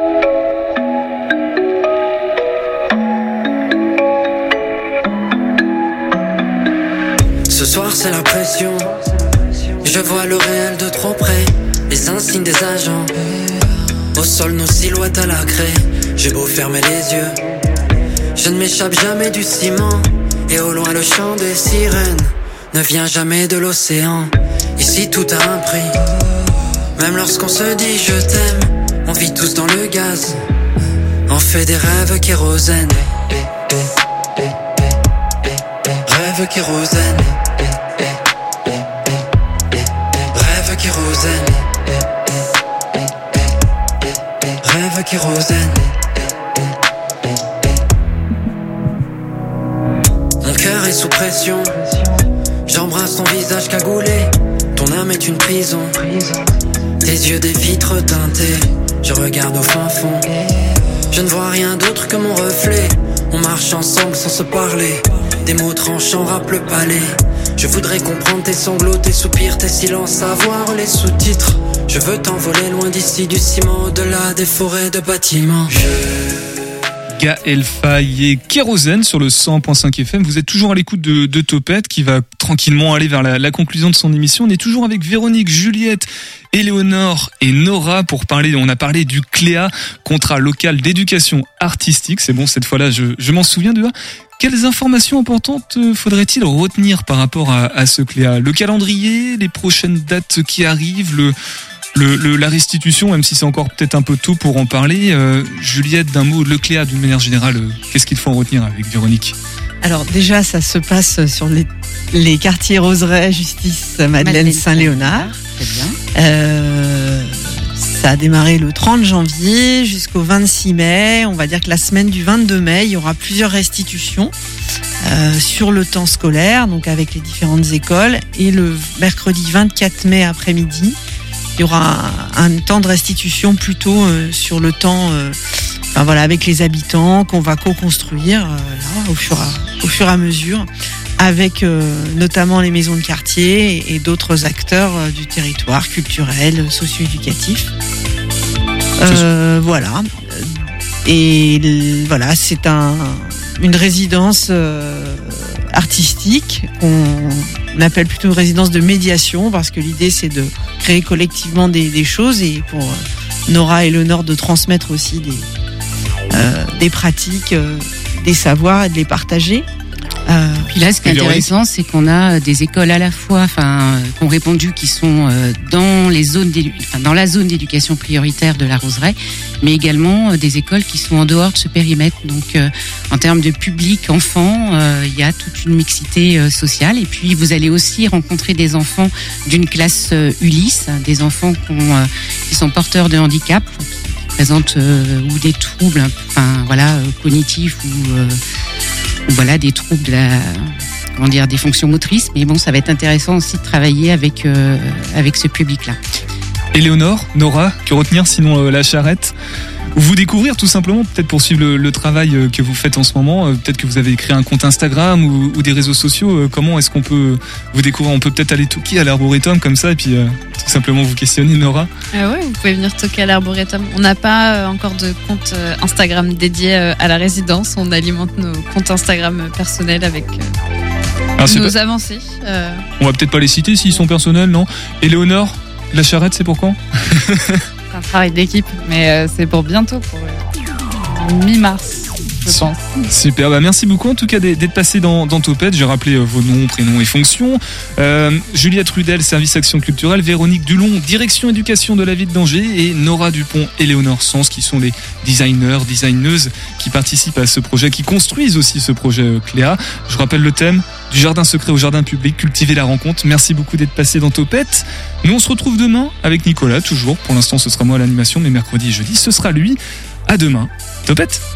Ce soir c'est la pression. Je vois le réel de trop près. Les insignes des agents. Au sol nos silhouettes à la craie. J'ai beau fermer les yeux, je ne m'échappe jamais du ciment. Et au loin le chant des sirènes ne vient jamais de l'océan. Ici tout a un prix. Même lorsqu'on se dit je t'aime, on vit tous dans le gaz. On fait des rêves kérosène. Rêves kérosène. Rêves kérosène. Rêves kérosène. Mon cœur est sous pression. J'embrasse ton visage cagoulé. Ton âme est une prison. Tes yeux des vitres teintées. Je regarde au fin fond. Je ne vois rien d'autre que mon reflet. On marche ensemble sans se parler. Des mots tranchants rappent le palais. Je voudrais comprendre tes sanglots, tes soupirs, tes silences, savoir les sous-titres. Je veux t'envoler loin d'ici, du ciment, au-delà des forêts de bâtiments. Gaël Faye et Kérosène sur le 100.5 FM. Vous êtes toujours à l'écoute de Topette qui va tranquillement aller vers la conclusion de son émission. On est toujours avec Véronique, Juliette, Éléonore et Nora pour parler, on a parlé du CLEA, contrat local d'éducation artistique. C'est bon, cette fois-là, je m'en souviens de là. Quelles informations importantes faudrait-il retenir par rapport à ce CLEA? Le calendrier, les prochaines dates qui arrivent, la restitution, même si c'est encore peut-être un peu tôt pour en parler. Juliette, d'un mot, le CLEA d'une manière générale, qu'est-ce qu'il faut en retenir avec Véronique? Alors déjà, ça se passe sur les quartiers Roseraie, Justice, Madeleine, Saint-Léonard. Très bien. Ça a démarré le 30 janvier jusqu'au 26 mai. On va dire que la semaine du 22 mai, il y aura plusieurs restitutions sur le temps scolaire, donc avec les différentes écoles. Et le mercredi 24 mai après-midi, il y aura un temps de restitution plutôt sur le temps, avec les habitants qu'on va co-construire au fur et à mesure, avec notamment les maisons de quartier et d'autres acteurs du territoire culturel, socio-éducatif. Voilà. Et voilà, c'est une résidence artistique qu'on appelle plutôt une résidence de médiation, parce que l'idée c'est de créer collectivement des choses, et pour Nora et Léonore de transmettre aussi des pratiques, des savoirs, et de les partager. Puis là, ce qui est intéressant, c'est qu'on a des écoles à la fois, qui ont répondu, qui sont dans la zone d'éducation prioritaire de la Roseraie, mais également des écoles qui sont en dehors de ce périmètre. Donc, en termes de public, enfants, il y a toute une mixité sociale. Et puis, vous allez aussi rencontrer des enfants d'une classe Ulysse, des enfants qui sont porteurs de handicap, qui présentent ou des troubles, cognitifs ou des troubles des fonctions motrices. Mais bon, ça va être intéressant aussi de travailler avec ce public-là. Éléonore, Nora, que retenir sinon la charrette? Vous découvrir tout simplement, peut-être poursuivre le travail que vous faites en ce moment. Peut-être que vous avez créé un compte Instagram ou des réseaux sociaux. Comment est-ce qu'on peut vous découvrir? On peut peut-être aller toquer à l'Arboretum comme ça et puis tout simplement vous questionner, Nora. Oui, vous pouvez venir toquer à l'Arboretum. On n'a pas encore de compte Instagram dédié à la résidence. On alimente nos comptes Instagram personnels avec nos avancées. On va peut-être pas les citer s'ils sont personnels, non? Éléonore, la charrette, c'est pour quand? C'est un travail d'équipe, mais c'est pour bientôt, pour mi-mars. je pense. Super, merci beaucoup en tout cas d'être passé dans Topette. J'ai rappelé vos noms, prénoms et fonctions. Juliette Rudel, service action culturelle, Véronique Dulon, direction éducation de la ville d'Angers, et Nora Dupont et Léonore Sens qui sont les designeuses qui participent à ce projet, qui construisent aussi ce projet Cléa. Je rappelle le thème: du jardin secret au jardin public, cultiver la rencontre. Merci beaucoup d'être passé dans Topette. Nous on se retrouve demain avec Nicolas, toujours. Pour l'instant ce sera moi à l'animation, mais mercredi et jeudi ce sera lui. À demain. Topette.